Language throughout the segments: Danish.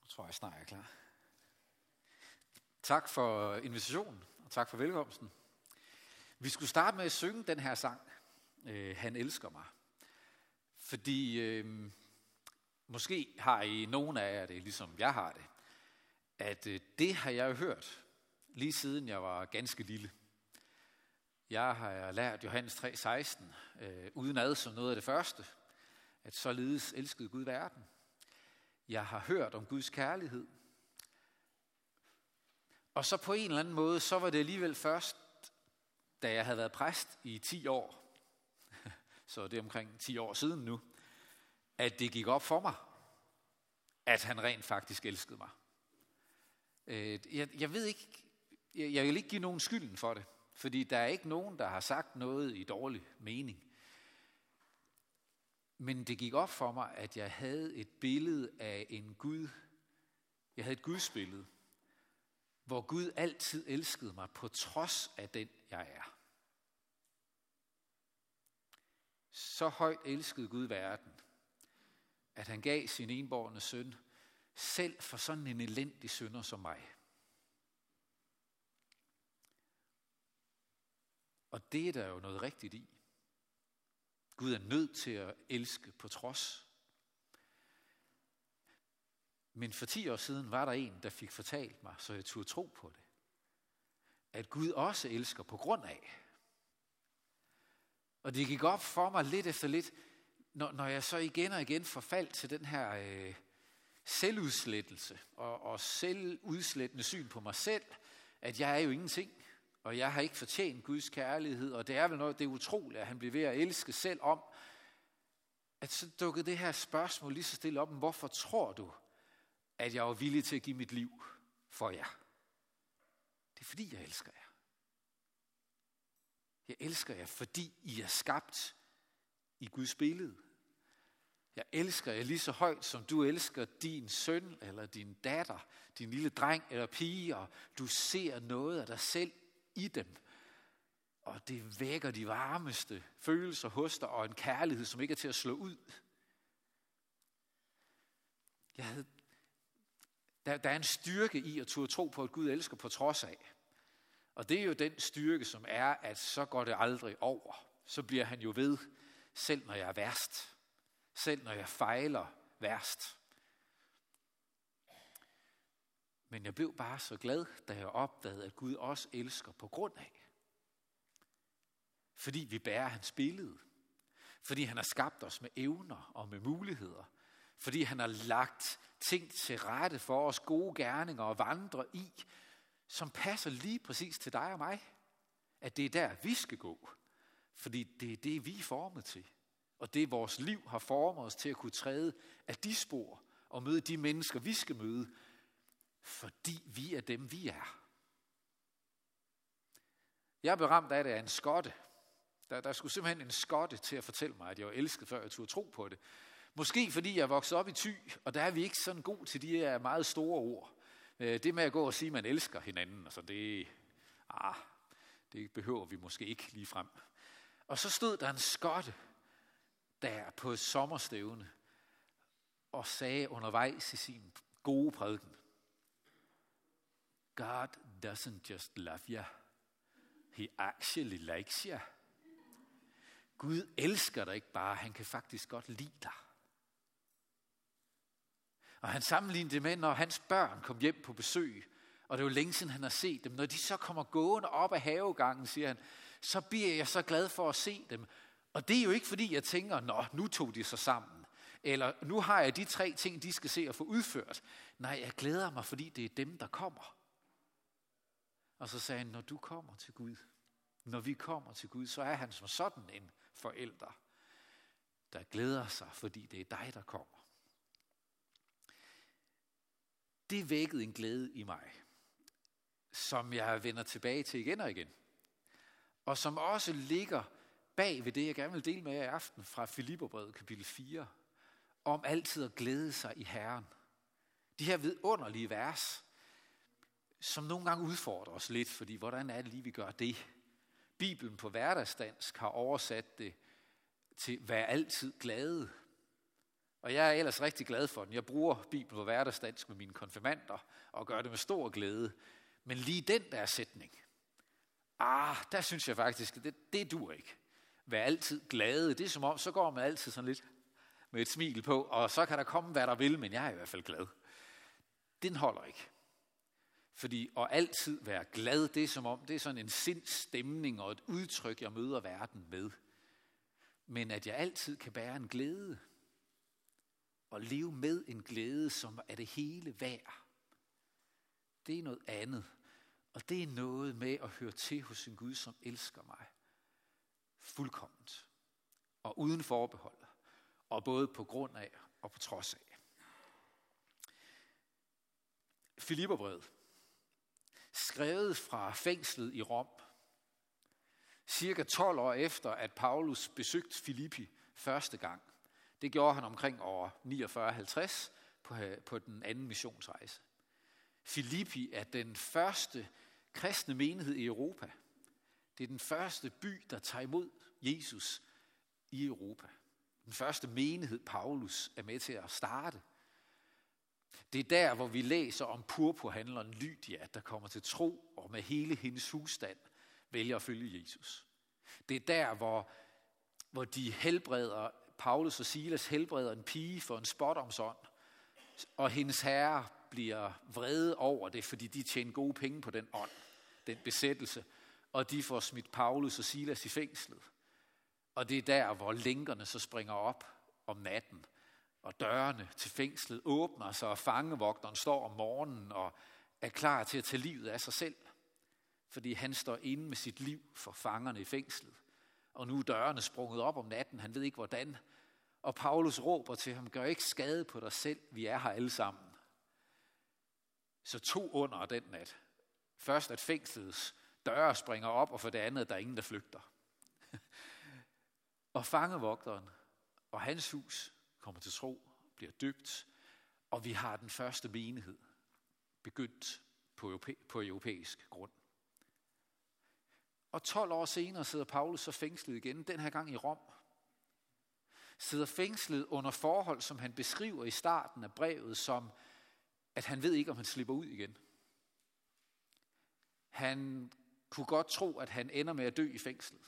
Tror jeg snart er klar. Tak for invitationen, og tak for velkomsten. Vi skulle starte med at synge den her sang, Han elsker mig. Fordi måske har I nogen af jer det, ligesom jeg har det, at det har jeg jo hørt, lige siden jeg var ganske lille. Jeg har lært Johannes 3,16 udenad som noget af det første, at således elskede Gud verden. Jeg har hørt om Guds kærlighed. Og så på en eller anden måde, så var det alligevel først, da jeg havde været præst i 10 år, så det er omkring 10 år siden nu, at det gik op for mig, at han rent faktisk elskede mig. Jeg ved ikke, jeg vil ikke give nogen skylden for det, fordi der er ikke nogen, der har sagt noget i dårlig mening. Men det gik op for mig, at jeg havde et billede af en Gud. Jeg havde et Gudsbillede, hvor Gud altid elskede mig på trods af den, jeg er. Så højt elskede Gud verden, at han gav sin enbårne søn, selv for sådan en elendig synder som mig. Og det er der jo noget rigtigt i. Gud er nødt til at elske på trods. Men for 10 år siden var der en, der fik fortalt mig, så jeg turde tro på det. At Gud også elsker på grund af. Og det gik op for mig lidt efter lidt, når jeg så igen og igen forfaldt til den her selvudslettelse og selvudslettende syn på mig selv, at jeg er jo ingenting. Og jeg har ikke fortjent Guds kærlighed, og det er vel noget, det er utroligt, at han bliver ved at elske selv om, at så dukkede det her spørgsmål lige så stille op, hvorfor tror du, at jeg var villig til at give mit liv for jer? Det er fordi, jeg elsker jer. Jeg elsker jer, fordi I er skabt i Guds billede. Jeg elsker jer lige så højt, som du elsker din søn eller din datter, din lille dreng eller pige, og du ser noget af dig selv i dem. Og det vækker de varmeste følelser hos dig, og en kærlighed, som ikke er til at slå ud. Der er en styrke i at turde tro på, at Gud elsker på trods af. Og det er jo den styrke, som er, at så går det aldrig over. Så bliver han jo ved, selv når jeg er værst. Selv når jeg fejler værst. Men jeg blev bare så glad, da jeg opdagede, at Gud også elsker på grund af. Fordi vi bærer hans billede. Fordi han har skabt os med evner og med muligheder. Fordi han har lagt ting til rette for os, gode gerninger og vandre i, som passer lige præcis til dig og mig. At det er der, vi skal gå. Fordi det er det, vi er formet til. Og det vores liv har formet os til at kunne træde af de spor og møde de mennesker, vi skal møde. Fordi vi er dem, vi er. Jeg blev ramt af det af en skotte. Der skulle simpelthen en skotte til at fortælle mig, at jeg var elsket, før jeg turde tro på det. Måske fordi jeg voksede op i Thy, og der er vi ikke sådan god til de her meget store ord. Det med at gå og sige, at man elsker hinanden, altså det behøver vi måske ikke lige frem. Og så stod der en skotte der på et sommerstævne og sagde undervejs i sin gode prædiken: God doesn't just love you. He actually likes you. Gud elsker dig ikke bare, han kan faktisk godt lide dig. Og han sammenlignede det med, når hans børn kom hjem på besøg, og det var længe siden han har set dem. Når de så kommer gående op ad havegangen, siger han, så bliver jeg så glad for at se dem. Og det er jo ikke fordi, jeg tænker, nu tog de sig sammen. Eller nu har jeg de 3 ting, de skal se og få udført. Nej, jeg glæder mig, fordi det er dem, der kommer. Og så sagde han, når du kommer til Gud, når vi kommer til Gud, så er han som sådan en forælder, der glæder sig, fordi det er dig, der kommer. Det vækkede en glæde i mig, som jeg vender tilbage til igen og igen. Og som også ligger bag ved det, jeg gerne vil dele med jer i aften fra Filipperbrevet kapitel 4, om altid at glæde sig i Herren. De her vidunderlige vers, som nogle gange udfordrer os lidt, fordi hvordan er det lige, vi gør det? Bibelen på hverdagsdansk har oversat det til vær altid glade. Og jeg er ellers rigtig glad for den. Jeg bruger Bibelen på hverdagsdansk med mine konfirmander og gør det med stor glæde. Men lige den der sætning, der synes jeg faktisk, det duer ikke. Vær altid glade. Det er som om, så går man altid sådan lidt med et smil på, og så kan der komme, hvad der vil, men jeg er i hvert fald glad. Den holder ikke. Fordi at altid være glad, det er som om, det er sådan en sindsstemning og et udtryk, jeg møder verden med. Men at jeg altid kan bære en glæde, og leve med en glæde, som er det hele værd, det er noget andet. Og det er noget med at høre til hos en Gud, som elsker mig fuldkomment og uden forbehold, og både på grund af og på trods af. Filipperbrevet, skrevet fra fængslet i Rom, cirka 12 år efter, at Paulus besøgte Filippi første gang. Det gjorde han omkring år 49-50 på den anden missionsrejse. Filippi er den første kristne menighed i Europa. Det er den første by, der tager imod Jesus i Europa. Den første menighed, Paulus er med til at starte. Det er der, hvor vi læser om purpurhandleren Lydia, der kommer til tro og med hele hendes husstand vælger at følge Jesus. Det er der, hvor de helbreder, Paulus og Silas helbreder en pige for en spådomsånd, og hendes herre bliver vrede over det, fordi de tjener gode penge på den ånd, den besættelse, og de får smidt Paulus og Silas i fængslet. Og det er der, hvor lænkerne så springer op om natten, og dørene til fængslet åbner sig, og fangevogteren står om morgenen og er klar til at tage livet af sig selv, fordi han står inde med sit liv for fangerne i fængslet. Og nu er dørene sprunget op om natten, han ved ikke hvordan, og Paulus råber til ham, gør ikke skade på dig selv, vi er her alle sammen. Så 2 under den nat. Først at fængslets døre springer op, og for det andet, at der er ingen, der flygter. Og fangevogteren og hans hus kommer til tro, bliver døbt, og vi har den første menighed begyndt på europæisk grund. Og 12 år senere sidder Paulus så fængslet igen, den her gang i Rom. Sidder fængslet under forhold, som han beskriver i starten af brevet, som at han ved ikke, om han slipper ud igen. Han kunne godt tro, at han ender med at dø i fængslet.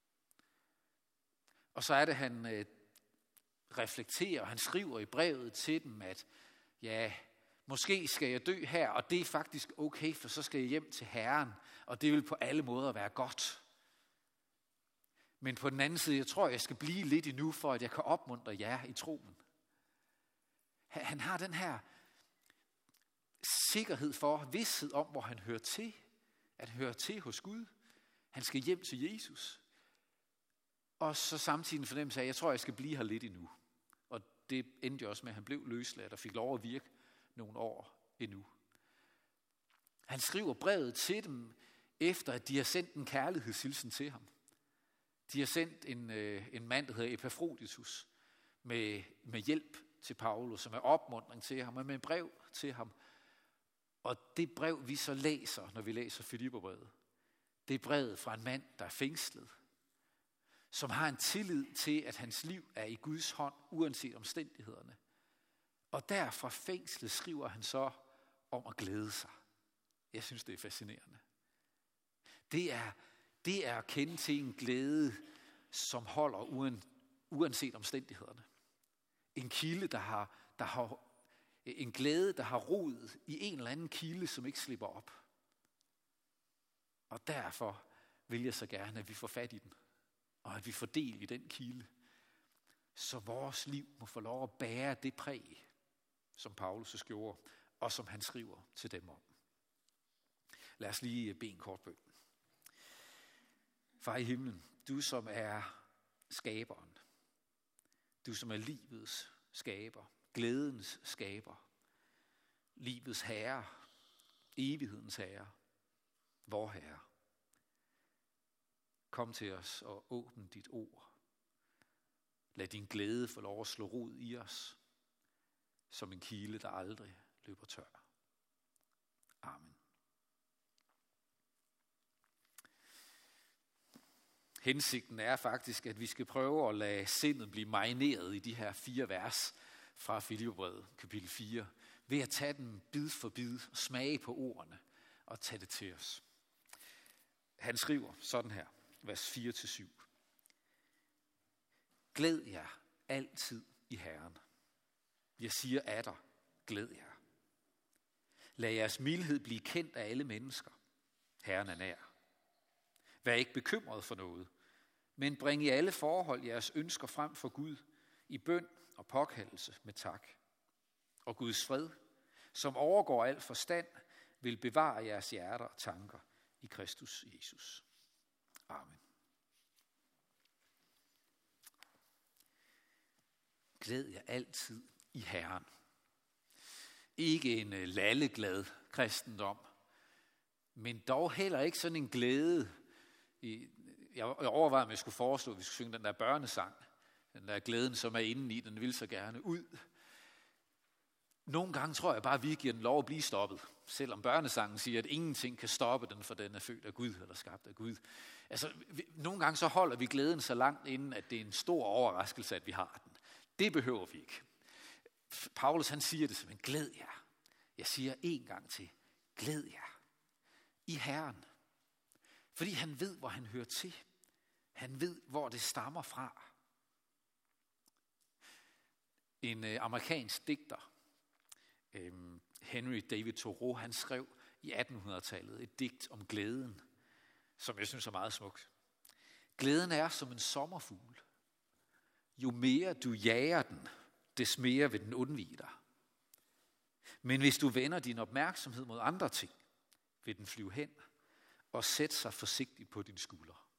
Og så er det, han reflekterer, han skriver i brevet til dem, at ja, måske skal jeg dø her, og det er faktisk okay, for så skal jeg hjem til Herren, og det vil på alle måder være godt. Men på den anden side, jeg tror, jeg skal blive lidt endnu, for at jeg kan opmuntre jer i troen. Han har den her sikkerhed for, vished om, hvor han hører til, at høre til hos Gud. Han skal hjem til Jesus. Og så samtidig en fornemmelse af, at jeg tror, jeg skal blive her lidt endnu. Og det endte jo også med, at han blev løsladt og fik lov at virke nogle år endnu. Han skriver brevet til dem, efter at de har sendt en kærlighedshilsen til ham. De har sendt en mand, der hedder Epafroditus, med hjælp til Paulus, og med opmuntring til ham, og med brev til ham. Og det brev, vi så læser, når vi læser Filipperbrevet, det er brevet fra en mand, der er fængslet, som har en tillid til, at hans liv er i Guds hånd, uanset omstændighederne. Og der fra fængslet skriver han så om at glæde sig. Jeg synes, det er fascinerende. Det er at kende til en glæde, som holder uanset omstændighederne. En kilde, der har en glæde, der har rod i en eller anden kilde, som ikke slipper op. Og derfor vil jeg så gerne, at vi får fat i den, og at vi får del i den kilde, så vores liv må få lov at bære det præg, som Paulus gjorde, og som han skriver til dem om. Lad os lige bede en kort bøn. Far i himlen, du som er skaberen, du som er livets skaber, glædens skaber, livets herre, evighedens herre, vor herre. Kom til os og åbn dit ord. Lad din glæde få lov at slå rod i os, som en kilde, der aldrig løber tør. Amen. Hensigten er faktisk, at vi skal prøve at lade sindet blive marineret i de her 4 vers, fra Filipperbrevet, kapitel 4, ved at tage dem bid for bid, smage på ordene og tage det til os. Han skriver sådan her, vers 4-7. Glæd jer altid i Herren. Jeg siger atter, glæd jer. Lad jeres mildhed blive kendt af alle mennesker. Herren er nær. Vær ikke bekymret for noget, men bring i alle forhold jeres ønsker frem for Gud i bøn og påkaldelse med tak. Og Guds fred, som overgår al forstand, vil bevare jeres hjerter og tanker i Kristus Jesus. Amen. Glæd jer altid i Herren. Ikke en lalleglad kristendom, men dog heller ikke sådan en glæde. Jeg overvejede, om jeg skulle foreslå, at vi skulle synge den der børnesang. Den der glæden, som er indeni, den vil så gerne ud. Nogle gange tror jeg bare, at vi giver den lov at blive stoppet. Selvom børnesangen siger, at ingenting kan stoppe den, for den er født af Gud, eller skabt af Gud. Altså, nogle gange så holder vi glæden så langt inden, at det er en stor overraskelse, at vi har den. Det behøver vi ikke. Paulus han siger det simpelthen, glæd jer. Jeg siger en gang til, glæd jer i Herren. Fordi han ved, hvor han hører til. Han ved, hvor det stammer fra. En amerikansk digter, Henry David Thoreau, han skrev i 1800-tallet et digt om glæden, som jeg synes er meget smukt. Glæden er som en sommerfugl. Jo mere du jager den, des mere vil den undvige dig. Men hvis du vender din opmærksomhed mod andre ting, vil den flyve hen og sætte sig forsigtigt på din skulder.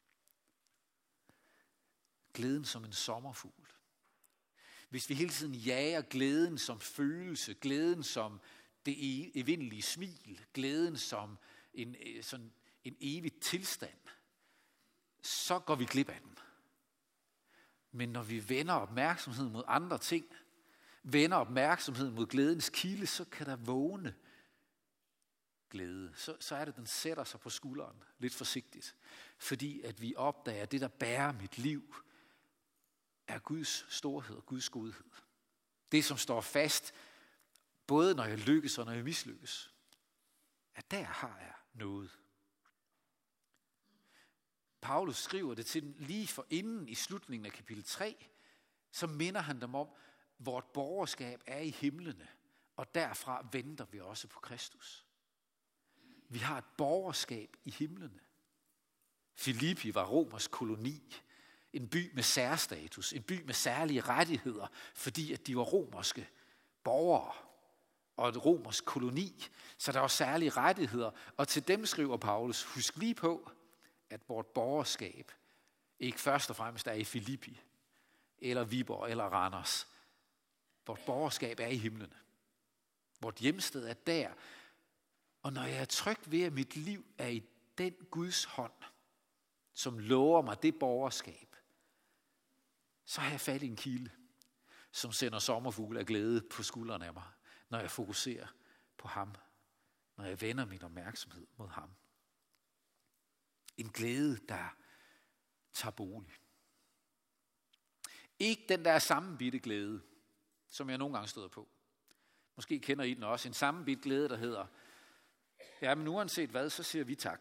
Glæden som en sommerfugl. Hvis vi hele tiden jager glæden som følelse, glæden som det evindelige smil, glæden som en evig tilstand, så går vi glip af den. Men når vi vender opmærksomheden mod andre ting, vender opmærksomheden mod glædens kilde, så kan der vågne glæde. Så er det, den sætter sig på skulderen lidt forsigtigt. Fordi at vi opdager, at det, der bærer mit liv, er Guds storhed og Guds godhed. Det, som står fast, både når jeg lykkes og når jeg mislykkes, at der har jeg noget. Paulus skriver det til dem lige for inden i slutningen af kapitel 3, så minder han dem om, vort borgerskab er i himlene, og derfra venter vi også på Kristus. Vi har et borgerskab i himlene. Filippi var Romers koloni, en by med særstatus, en by med særlige rettigheder, fordi at de var romerske borgere og et romersk koloni, så der var særlige rettigheder. Og til dem skriver Paulus, husk lige på, at vort borgerskab ikke først og fremmest er i Filippi, eller Viborg, eller Randers. Vort borgerskab er i himlene. Vort hjemsted er der. Og når jeg er tryg ved, at mit liv er i den Guds hånd, som lover mig det borgerskab, så har jeg fat i en kilde, som sender sommerfugle af glæde på skuldrene af mig, når jeg fokuserer på ham, når jeg vender min opmærksomhed mod ham. En glæde, der tager bolig. Ikke den der sammenbitte glæde, som jeg nogle gange støder på. Måske kender I den også. En sammenbitte glæde, der hedder, ja, men uanset hvad, så siger vi tak.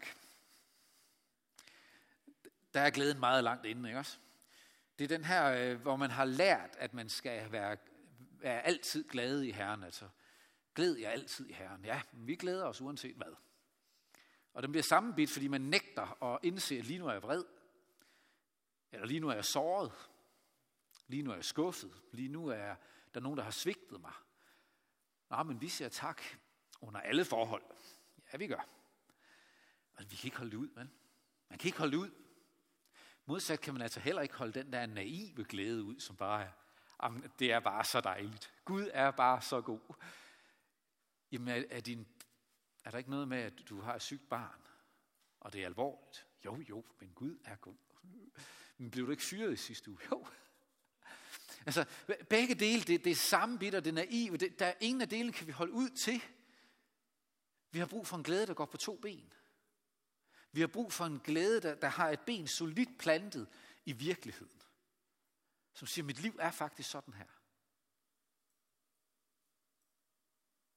Der er glæden meget langt inde, ikke også? Det er den her, hvor man har lært, at man skal være altid glad i Herren. Altså, glæd jer altid i Herren. Ja, vi glæder os uanset hvad. Og den bliver sammenbidt, fordi man nægter at indse, at lige nu er jeg vred. Eller lige nu er jeg såret. Lige nu er jeg skuffet. Lige nu er der nogen, der har svigtet mig. Nå, men vi siger tak under alle forhold. Ja, vi gør. Og vi kan ikke holde det ud, vel? Man kan ikke holde det ud. Modsat kan man altså heller ikke holde den der naive glæde ud, som bare er, det er bare så dejligt. Gud er bare så god. Jamen, er der ikke noget med, at du har et sygt barn, og det er alvorligt? Jo, men Gud er god. Men blev du ikke fyret i sidste uge? Jo. Altså, begge dele, det er sammenbidt og det er naive. Der er ingen af delene, kan vi holde ud til. Vi har brug for en glæde, der går på 2 ben. Vi har brug for en glæde, der har et ben solidt plantet i virkeligheden. Som siger, mit liv er faktisk sådan her.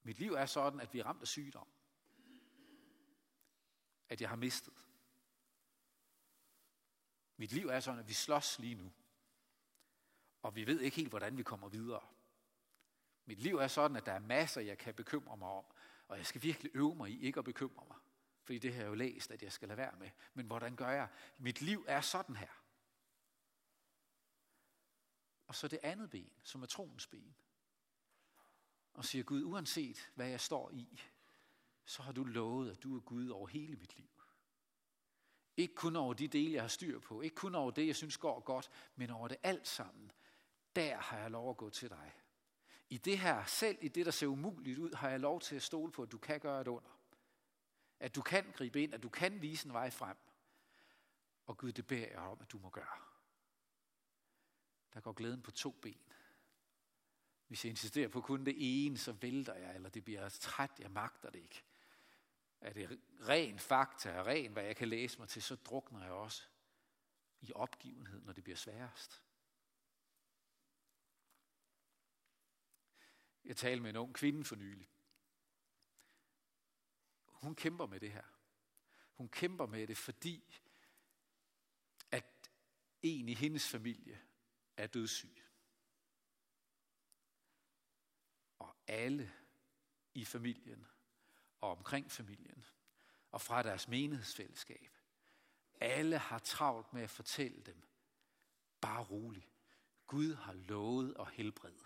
Mit liv er sådan, at vi er ramt af sygdom. At jeg har mistet. Mit liv er sådan, at vi slås lige nu. Og vi ved ikke helt, hvordan vi kommer videre. Mit liv er sådan, at der er masser, jeg kan bekymre mig om. Og jeg skal virkelig øve mig i ikke at bekymre mig. Fordi det har jeg jo læst, at jeg skal lade være med. Men hvordan gør jeg? Mit liv er sådan her. Og så det andet ben, som er troens ben. Og siger Gud, uanset hvad jeg står i, så har du lovet, at du er Gud over hele mit liv. Ikke kun over de dele, jeg har styr på. Ikke kun over det, jeg synes går godt. Men over det alt sammen. Der har jeg lov at gå til dig. I det her, selv i det, der ser umuligt ud, har jeg lov til at stole på, at du kan gøre et under. At du kan gribe ind, at du kan vise en vej frem. Og Gud, det beder jeg om, at du må gøre. Der går glæden på 2 ben. Hvis jeg insisterer på kun det ene, så vælter jeg, eller det bliver træt, jeg magter det ikke. Er det ren fakta, ren hvad jeg kan læse mig til, så drukner jeg også i opgivenhed, når det bliver sværest. Jeg talte med en ung kvinde for nylig. Hun kæmper med det her. Hun kæmper med det, fordi at en i hendes familie er dødssyg. Og alle i familien og omkring familien og fra deres menighedsfællesskab, alle har travlt med at fortælle dem, bare rolig, Gud har lovet at helbrede.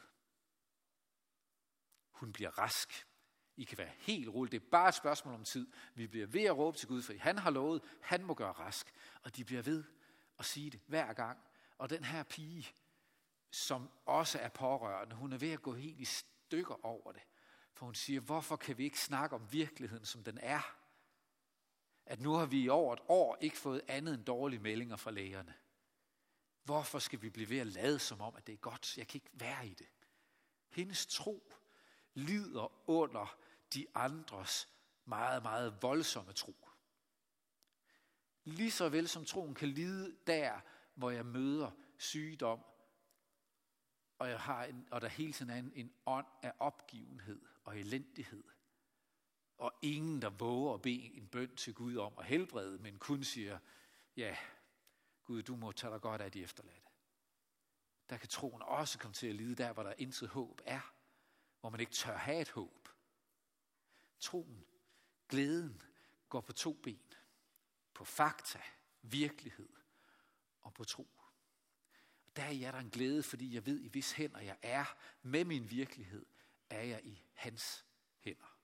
Hun bliver rask. I kan være helt roligt. Det er bare et spørgsmål om tid. Vi bliver ved at råbe til Gud, for han har lovet, han må gøre rask. Og de bliver ved at sige det hver gang. Og den her pige, som også er pårørende, hun er ved at gå helt i stykker over det. For hun siger, hvorfor kan vi ikke snakke om virkeligheden, som den er? At nu har vi i over et år ikke fået andet end dårlige meldinger fra lægerne. Hvorfor skal vi blive ved at lade som om, at det er godt? Jeg kan ikke være i det. Hendes tro lider under de andres meget, meget voldsomme tro. Lige så vel som troen kan lide der, hvor jeg møder sygdom, og der hele tiden er en ånd af opgivenhed og elendighed. Og ingen, der våger at bede en bøn til Gud om at helbrede, men kun siger, ja, Gud, du må tage dig godt af de efterladte. Der kan troen også komme til at lide der, hvor der intet håb er. Hvor man ikke tør have et håb. Troen, glæden, går på 2 ben. På fakta, virkelighed og på tro. Der er der en glæde, fordi jeg ved, i hvis hænder jeg er med min virkelighed, er jeg i hans hænder.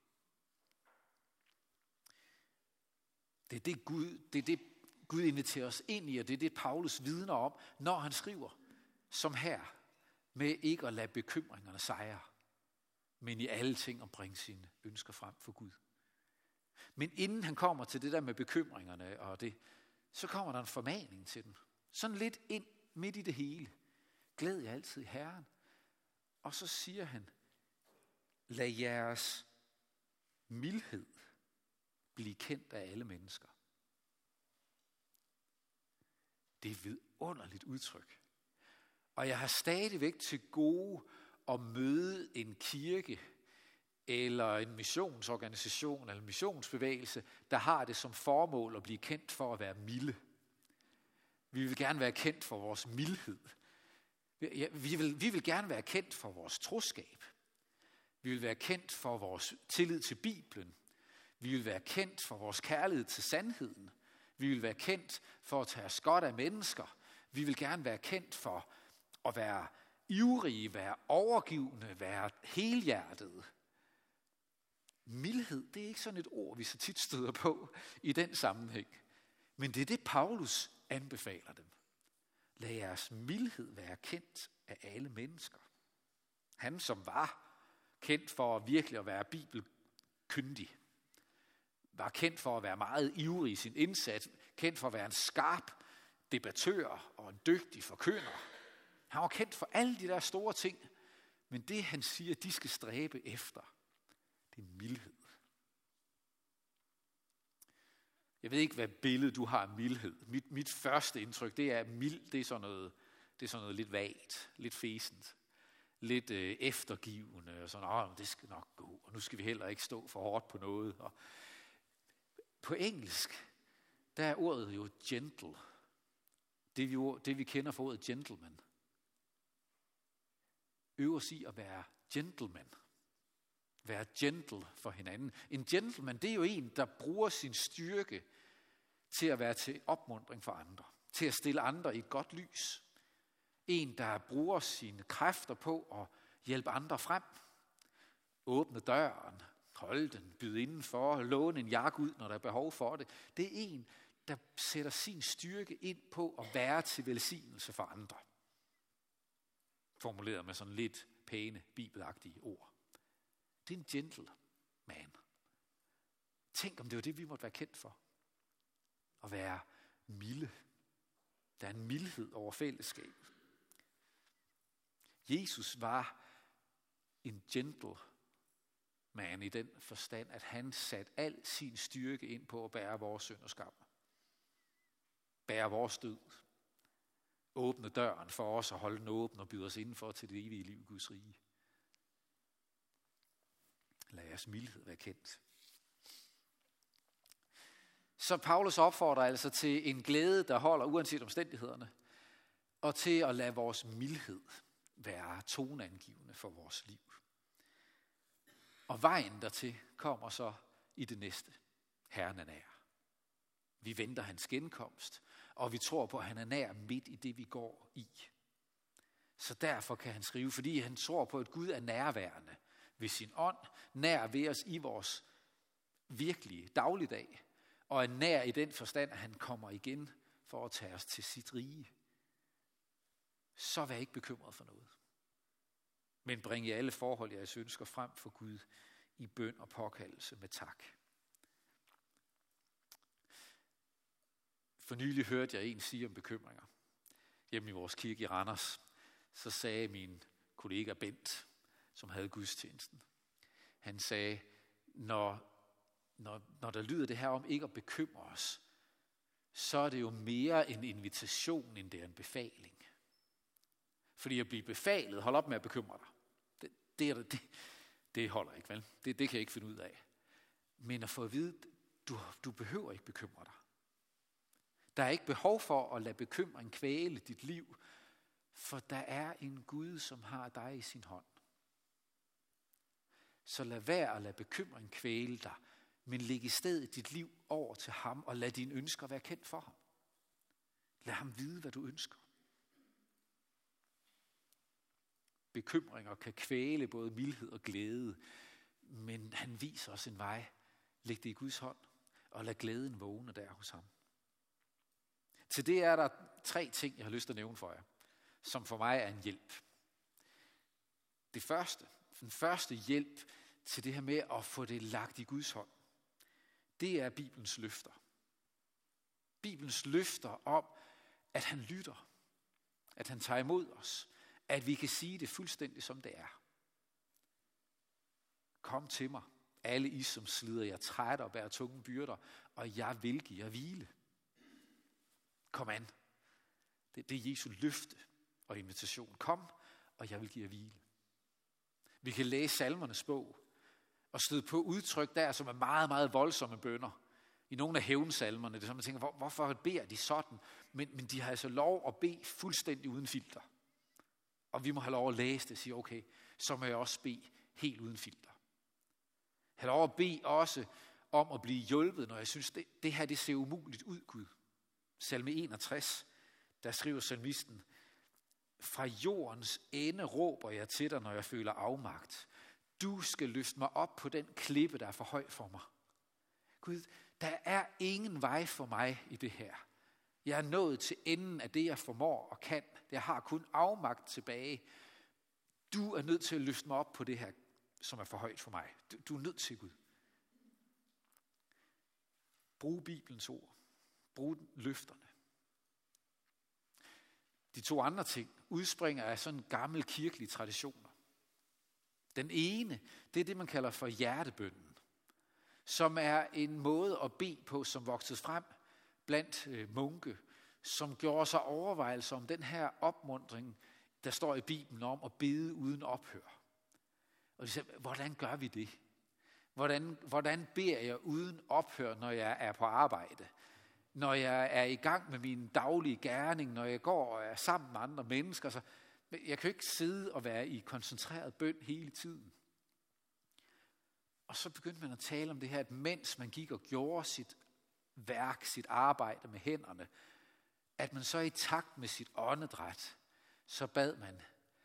Det er det Gud inviterer os ind i, og det er det Paulus vidner om, når han skriver, som her, med ikke at lade bekymringerne sejre, men i alle ting at bringe sine ønsker frem for Gud. Men inden han kommer til det der med bekymringerne og det, så kommer der en formaning til dem. Sådan lidt ind midt i det hele. Glæd jer altid i Herren. Og så siger han, lad jeres mildhed blive kendt af alle mennesker. Det er et vidunderligt udtryk. Og jeg har stadigvæk til gode at møde en kirke eller en missionsorganisation eller en missionsbevægelse, der har det som formål at blive kendt for at være milde. Vi vil gerne være kendt for vores mildhed. Vi vil gerne være kendt for vores troskab. Vi vil være kendt for vores tillid til Bibelen. Vi vil være kendt for vores kærlighed til sandheden. Vi vil være kendt for at tage os godt af mennesker. Vi vil gerne være kendt for at være ivrige, være overgivende, være helhjertede. Mildhed, det er ikke sådan et ord, vi så tit støder på i den sammenhæng. Men det er det, Paulus anbefaler dem. Lad jeres mildhed være kendt af alle mennesker. Han, som var kendt for virkelig at være bibelkyndig, var kendt for at være meget ivrig i sin indsats, kendt for at være en skarp debattør og en dygtig forkynder. Han var kendt for alle de der store ting, men det han siger, de skal stræbe efter, det er mildhed. Jeg ved ikke, hvad billede du har af mildhed. Mit første indtryk, det er mild, det er sådan noget lidt vagt, lidt fæsent. lidt eftergivende, og sådan, det skal nok gå, og nu skal vi heller ikke stå for hårdt på noget. Og på engelsk, der er ordet jo gentle. Det vi kender for ordet gentleman. Øver sig i at være gentleman. Være gentle for hinanden. En gentleman, det er jo en, der bruger sin styrke til at være til opmuntring for andre. Til at stille andre i et godt lys. En, der bruger sine kræfter på at hjælpe andre frem. Åbne døren, holde den, byde indenfor, låne en jakke ud, når der er behov for det. Det er en, der sætter sin styrke ind på at være til velsignelse for andre. Formuleret med sådan lidt pæne, bibelagtige ord. Det er en gentleman. Tænk, om det var det, vi måtte være kendt for. At være milde. Der er en mildhed over fællesskabet. Jesus var en gentleman i den forstand, at han satte al sin styrke ind på at bære vores synd og skam. Bære vores død. Åbne døren for os og holde den åben og byde os indenfor til det evige liv i Guds rige. Lad jeres mildhed være kendt. Så Paulus opfordrer altså til en glæde, der holder uanset omstændighederne, og til at lade vores mildhed være toneangivende for vores liv. Og vejen dertil kommer så i det næste. Herren er nær. Vi venter hans genkomst, og vi tror på, at han er nær midt i det, vi går i. Så derfor kan han skrive, fordi han tror på, at Gud er nærværende ved sin ånd, nær ved os i vores virkelige dagligdag, og er nær i den forstand, at han kommer igen for at tage os til sit rige. Så vær ikke bekymret for noget. Men bring i alle forhold jeres ønsker frem for Gud i bøn og påkaldelse med tak. For nylig hørte jeg en sige om bekymringer. Hjemme i vores kirke i Randers, så sagde min kollega Bent, som havde gudstjenesten. Han sagde, når der lyder det her om ikke at bekymre os, så er det jo mere en invitation, end det er en befaling. Fordi at blive befalet, hold op med at bekymre dig. Det holder ikke, vel? Det kan jeg ikke finde ud af. Men at få at vide, du behøver ikke bekymre dig. Der er ikke behov for at lade bekymring kvæle dit liv, for der er en Gud, som har dig i sin hånd. Så lad være at lade bekymring kvæle dig, men læg i stedet dit liv over til ham, og lad dine ønsker være kendt for ham. Lad ham vide, hvad du ønsker. Bekymringer kan kvæle både mildhed og glæde, men han viser os en vej. Læg det i Guds hånd, og lad glæden vågne der hos ham. Til det er der 3 ting, jeg har lyst til at nævne for jer, som for mig er en hjælp. Den første hjælp til det her med at få det lagt i Guds hånd, det er Bibelens løfter. Bibelens løfter om, at han lytter, at han tager imod os, at vi kan sige det fuldstændig som det er. Kom til mig, alle I som slider jer trætte og bærer tunge byrder, og jeg vil give jer hvile. Kom an. Det er Jesu løfte og invitation. Kom, og jeg vil give jer hvile. Vi kan læse salmernes bog og støde på udtryk der, som er meget, meget voldsomme bønner. I nogle af hævnsalmerne, det er som man tænker, hvorfor beder de sådan? Men de har altså lov at bede fuldstændig uden filter. Og vi må have lov at læse det og sige, okay, så må jeg også bede helt uden filter. Have lov at bede også om at blive hjulpet, når jeg synes, det her det ser umuligt ud, Gud. Salme 61, der skriver salmisten, fra jordens ende råber jeg til dig, når jeg føler afmagt. Du skal løfte mig op på den klippe, der er for høj for mig. Gud, der er ingen vej for mig i det her. Jeg er nået til enden af det, jeg formår og kan. Jeg har kun afmagt tilbage. Du er nødt til at løfte mig op på det her, som er for højt for mig. Du er nødt til, Gud. Brug Bibelens ord. Brug løfterne. De 2 andre ting udspringer af sådan gamle kirkelige traditioner. Den ene, det er det, man kalder for hjertebønnen, som er en måde at bede på, som voksede frem blandt munke, som gjorde sig overvejelser om den her opmuntring der står i Bibelen om at bede uden ophør. Og de siger, hvordan gør vi det? Hvordan beder jeg uden ophør, når jeg er på arbejde? Når jeg er i gang med min daglige gerning, når jeg går og er sammen med andre mennesker. Så jeg kan jo ikke sidde og være i koncentreret bøn hele tiden. Og så begyndte man at tale om det her, at mens man gik og gjorde sit værk, sit arbejde med hænderne, at man så i takt med sit åndedræt, så bad man,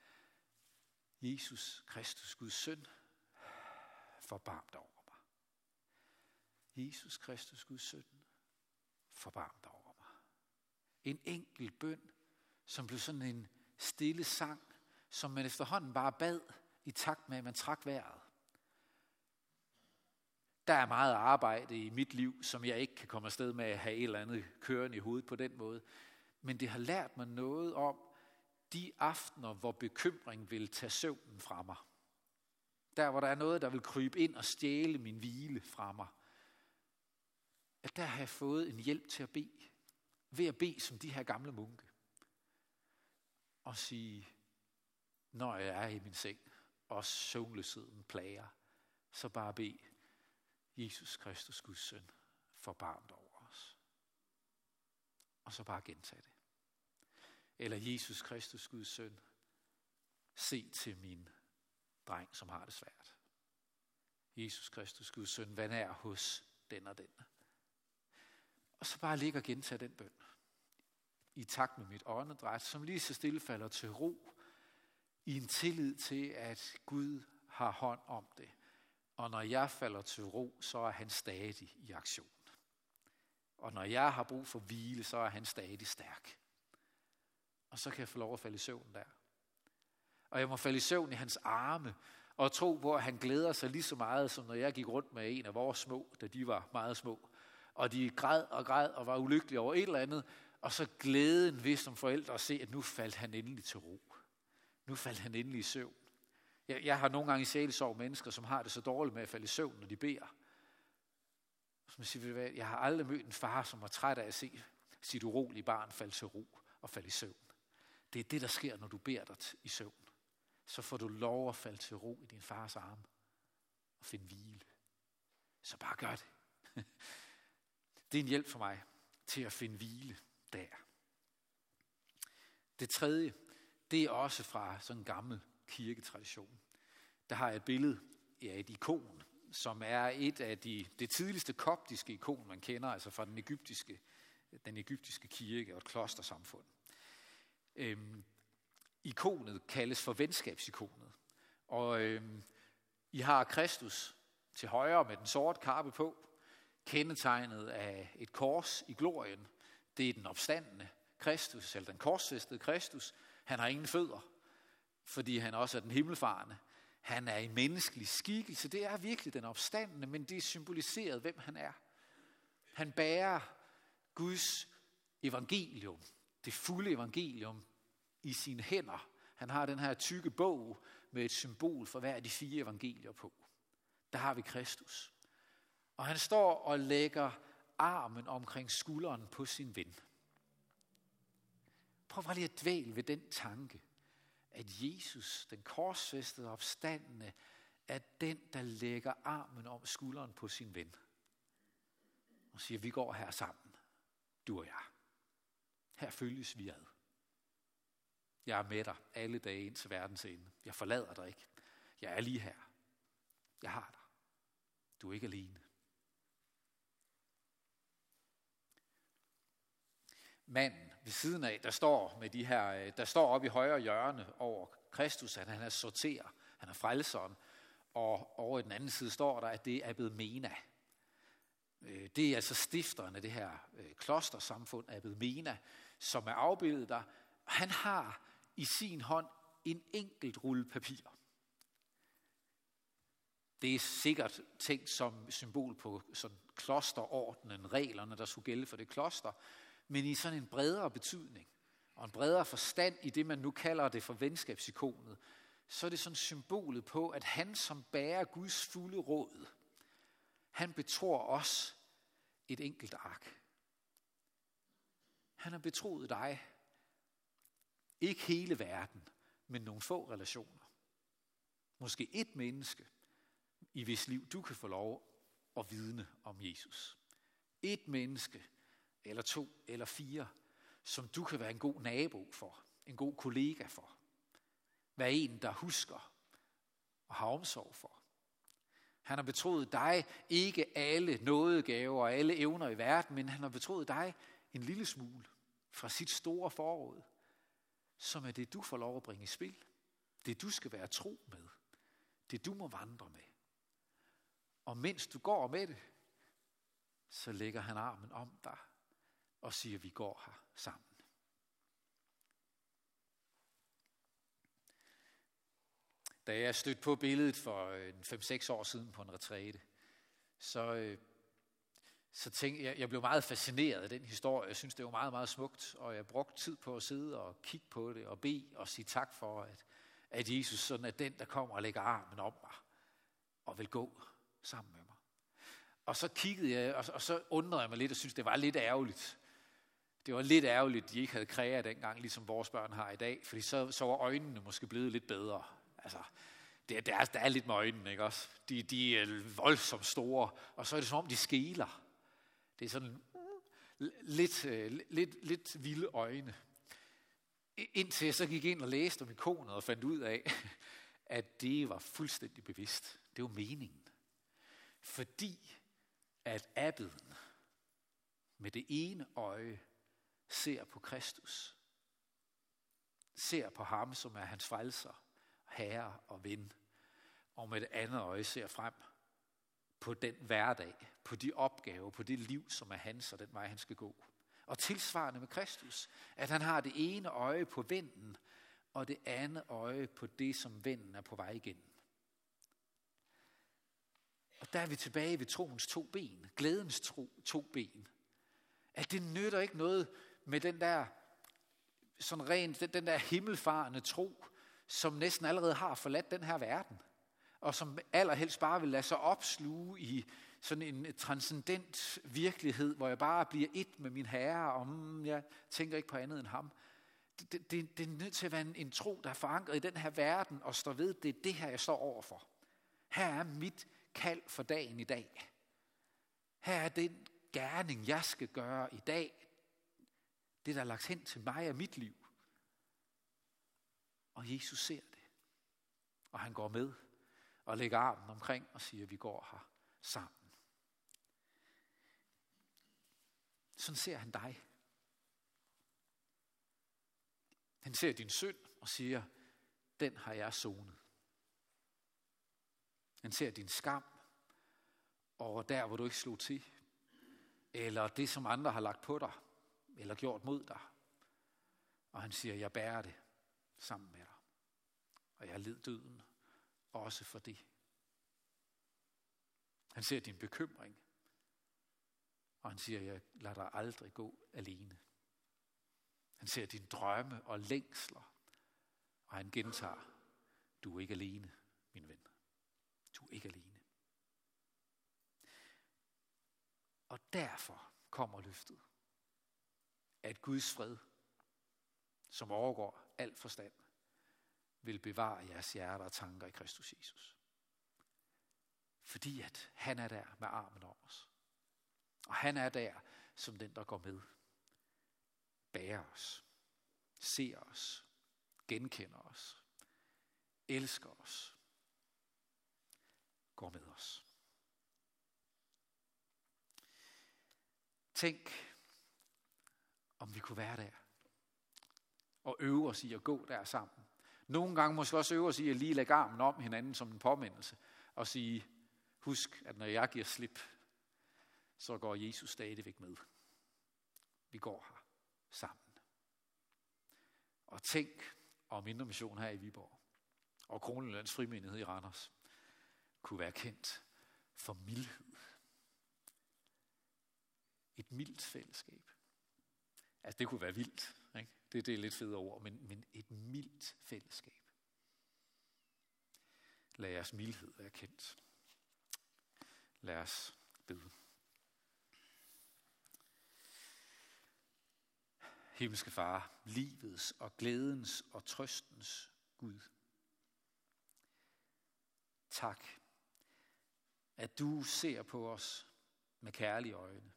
Jesus Kristus, Guds søn, forbarm dig over mig. Jesus Kristus, Guds søn, forbarm dig over mig. En enkelt bøn, som blev sådan en stille sang, som man efterhånden bare bad i takt med, at man trak vejret. Der er meget arbejde i mit liv, som jeg ikke kan komme afsted med at have et eller andet kørende i hovedet på den måde. Men det har lært mig noget om de aftener, hvor bekymring vil tage søvnen fra mig. Der, hvor der er noget, der vil krybe ind og stjæle min hvile fra mig. At der har jeg fået en hjælp til at bede. Ved at bede som de her gamle munke. Og sige, når jeg er i min seng, og søvnløsheden plager, så bare bed, Jesus Kristus, Guds søn, forbarm dig over os. Og så bare gentage det. Eller Jesus Kristus, Guds søn, se til min dreng, som har det svært. Jesus Kristus, Guds søn, hvad er hos den og den. Og så bare ligge og gentage den bøn. I takt med mit åndedræt, som lige så stille falder til ro. I en tillid til, at Gud har hånd om det. Og når jeg falder til ro, så er han stadig i aktion. Og når jeg har brug for hvile, så er han stadig stærk. Og så kan jeg få lov at falde i søvn der. Og jeg må falde i søvn i hans arme, og tro på, at han glæder sig lige så meget, som når jeg gik rundt med en af vores små, da de var meget små. Og de græd og var ulykkelige over et eller andet, og så glæden ved som forældre at se, at nu faldt han endelig til ro. Nu faldt han endelig i søvn. Jeg har nogle gange i sjælesorg mennesker, som har det så dårligt med at falde i søvn, når de beder. Som siger, jeg har aldrig mødt en far, som var træt af at se sit urolige barn falde til ro og falde i søvn. Det er det, der sker, når du beder dig i søvn. Så får du lov at falde til ro i din fars arme og finde hvile. Så bare gør det. Det er en hjælp for mig til at finde hvile der. Det tredje, det er også fra sådan en gammel kirketradition. Der har jeg et billede af et ikon, som er et af det tidligste koptiske ikon, man kender, altså fra den egyptiske kirke og et klostersamfund. Ikonet kaldes for venskabsikonet. Og I har Kristus til højre med den sorte kappe på, kendetegnet af et kors i glorien. Det er den opstandende Kristus, eller den korsfæstede Kristus. Han har ingen fødder, fordi han også er den himmelfarende. Han er i menneskelig skikkelse. Det er virkelig den opstandende, men det er symboliseret, hvem han er. Han bærer Guds evangelium, det fulde evangelium, i sine hænder. Han har den her tykke bog med et symbol for hver af de 4 evangelier på. Der har vi Kristus. Og han står og lægger armen omkring skulderen på sin ven. Prøv bare lige at dvæle ved den tanke, at Jesus, den korsfæstede opstandende, er den, der lægger armen om skulderen på sin ven. Og siger, vi går her sammen, du og jeg. Her følges vi ad. Jeg er med dig alle dage ind til verdens ende. Jeg forlader dig ikke. Jeg er lige her. Jeg har dig. Du er ikke alene. Manden ved siden af, der står oppe i højre hjørne over Kristus, at han er sorterer, han er frelseren, og over i den anden side står der, at det er Abed-Mena. Det er altså stifteren af det her klostersamfund, Abed-Mena, som er afbildet der. Han har i sin hånd en enkelt rulle papir. Det er sikkert tænkt som symbol på sådan klosterordenen, reglerne, der skulle gælde for det kloster, men i sådan en bredere betydning og en bredere forstand i det, man nu kalder det for venskabsikonet, så er det sådan symbolet på, at han, som bærer Guds fulde råd, han betror os et enkelt ark. Han har betroet dig ikke hele verden, men nogle få relationer. Måske et menneske, i hvis liv du kan få lov at vidne om Jesus. Et menneske, eller 2, eller 4, som du kan være en god nabo for, en god kollega for. Vær en, der husker og har omsorg for. Han har betroet dig ikke alle nådegaver og alle evner i verden, men han har betroet dig en lille smule fra sit store forråd, som er det, du får lov at bringe i spil. Det, du skal være tro med. Det, du må vandre med. Og mens du går med det, så lægger han armen om dig og siger, vi går her sammen. Da jeg stødte på billedet for 5-6 år siden på en retræte, så tænkte jeg blev meget fascineret af den historie. Jeg synes, det var meget, meget smukt, og jeg brugte tid på at sidde og kigge på det og bede og sige tak for, at Jesus sådan er den, der kommer og lægger armen om mig og vil gå sammen med mig. Og så kiggede jeg, og så undrede jeg mig lidt og synes, det var lidt ærgerligt. Det var lidt ærgerligt, at de ikke havde kræer dengang, ligesom vores børn har i dag, fordi så var øjnene måske blevet lidt bedre. Altså, der er lidt med øjnene, ikke også? De er voldsomt store, og så er det som om, de skeler. Det er sådan lidt vilde øjne. Indtil jeg så gik ind og læste om ikonet og fandt ud af, at det var fuldstændig bevidst. Det var meningen. Fordi at abbeden med det ene øje ser på Kristus. Ser på ham, som er hans frelser, herre og ven. Og med det andet øje ser frem på den hverdag, på de opgaver, på det liv, som er hans og den vej, han skal gå. Og tilsvarende med Kristus, at han har det ene øje på vennen, og det andet øje på det, som vennen er på vej igennem. Og der er vi tilbage ved troens 2 ben, glædens 2 ben. At det nytter ikke noget med den der, sådan rent, den der himmelfarende tro, som næsten allerede har forladt den her verden, og som allerhelst bare vil lade sig opsluge i sådan en transcendent virkelighed, hvor jeg bare bliver et med min herre, og jeg tænker ikke på andet end ham. Det er nødt til at være en tro, der er forankret i den her verden, og står ved, det er det her, jeg står overfor. Her er mit kald for dagen i dag. Her er den gerning, jeg skal gøre i dag. Det, der er lagt hen til mig og mit liv. Og Jesus ser det. Og han går med og lægger armen omkring og siger, vi går her sammen. Sådan ser han dig. Han ser din synd og siger, den har jeg sonet. Han ser din skam over der, hvor du ikke slog til. Eller det, som andre har lagt på dig. Eller gjort mod dig. Og han siger, jeg bærer det sammen med dig. Og jeg led døden også for det. Han ser din bekymring. Og han siger, jeg lader dig aldrig gå alene. Han ser dine drømme og længsler. Og han gentager, du er ikke alene, min ven. Du er ikke alene. Og derfor kommer løftet, at Guds fred, som overgår al forstand, vil bevare jeres hjerter og tanker i Kristus Jesus. Fordi at han er der med armen om os. Og han er der som den, der går med. Bærer os. Ser os. Genkender os. Elsker os. Går med os. Tænk, om vi kunne være der. Og øve os i at gå der sammen. Nogle gange måske også øve os i at lige lægge armen om hinanden som en påmindelse. Og sige, husk, at når jeg giver slip, så går Jesus stadigvæk med. Vi går her sammen. Og tænk, om Indre Mission her i Viborg og Kronjyllands Frimenighed i Randers kunne være kendt for mildhed. Et mildt fællesskab. Altså det kunne være vildt, ikke? Det er lidt federe ord, men et mildt fællesskab. Lad jeres mildhed være kendt. Lad os bede. Himmelske Far, livets og glædens og trøstens Gud. Tak, at du ser på os med kærlige øjne.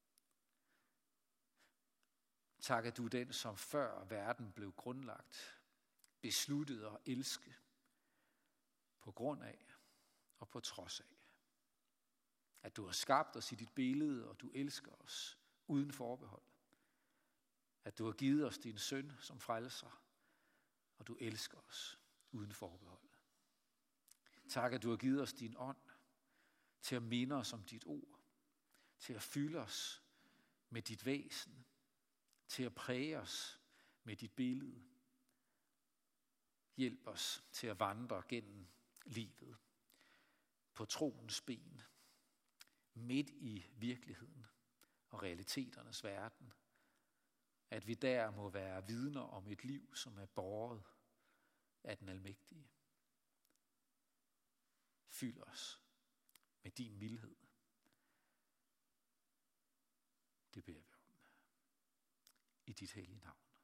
Tak, at du er den, som før verden blev grundlagt, besluttet at elske på grund af og på trods af. At du har skabt os i dit billede, og du elsker os uden forbehold. At du har givet os din søn som frelser, og du elsker os uden forbehold. Tak, at du har givet os din ånd til at minde os om dit ord, til at fylde os med dit væsen, til at præge os med dit billede. Hjælp os til at vandre gennem livet på troens ben, midt i virkeligheden og realiteternes verden. At vi der må være vidner om et liv, som er båret af den almægtige. Fyld os med din mildhed. Det beder vi om. I dit hellige navn.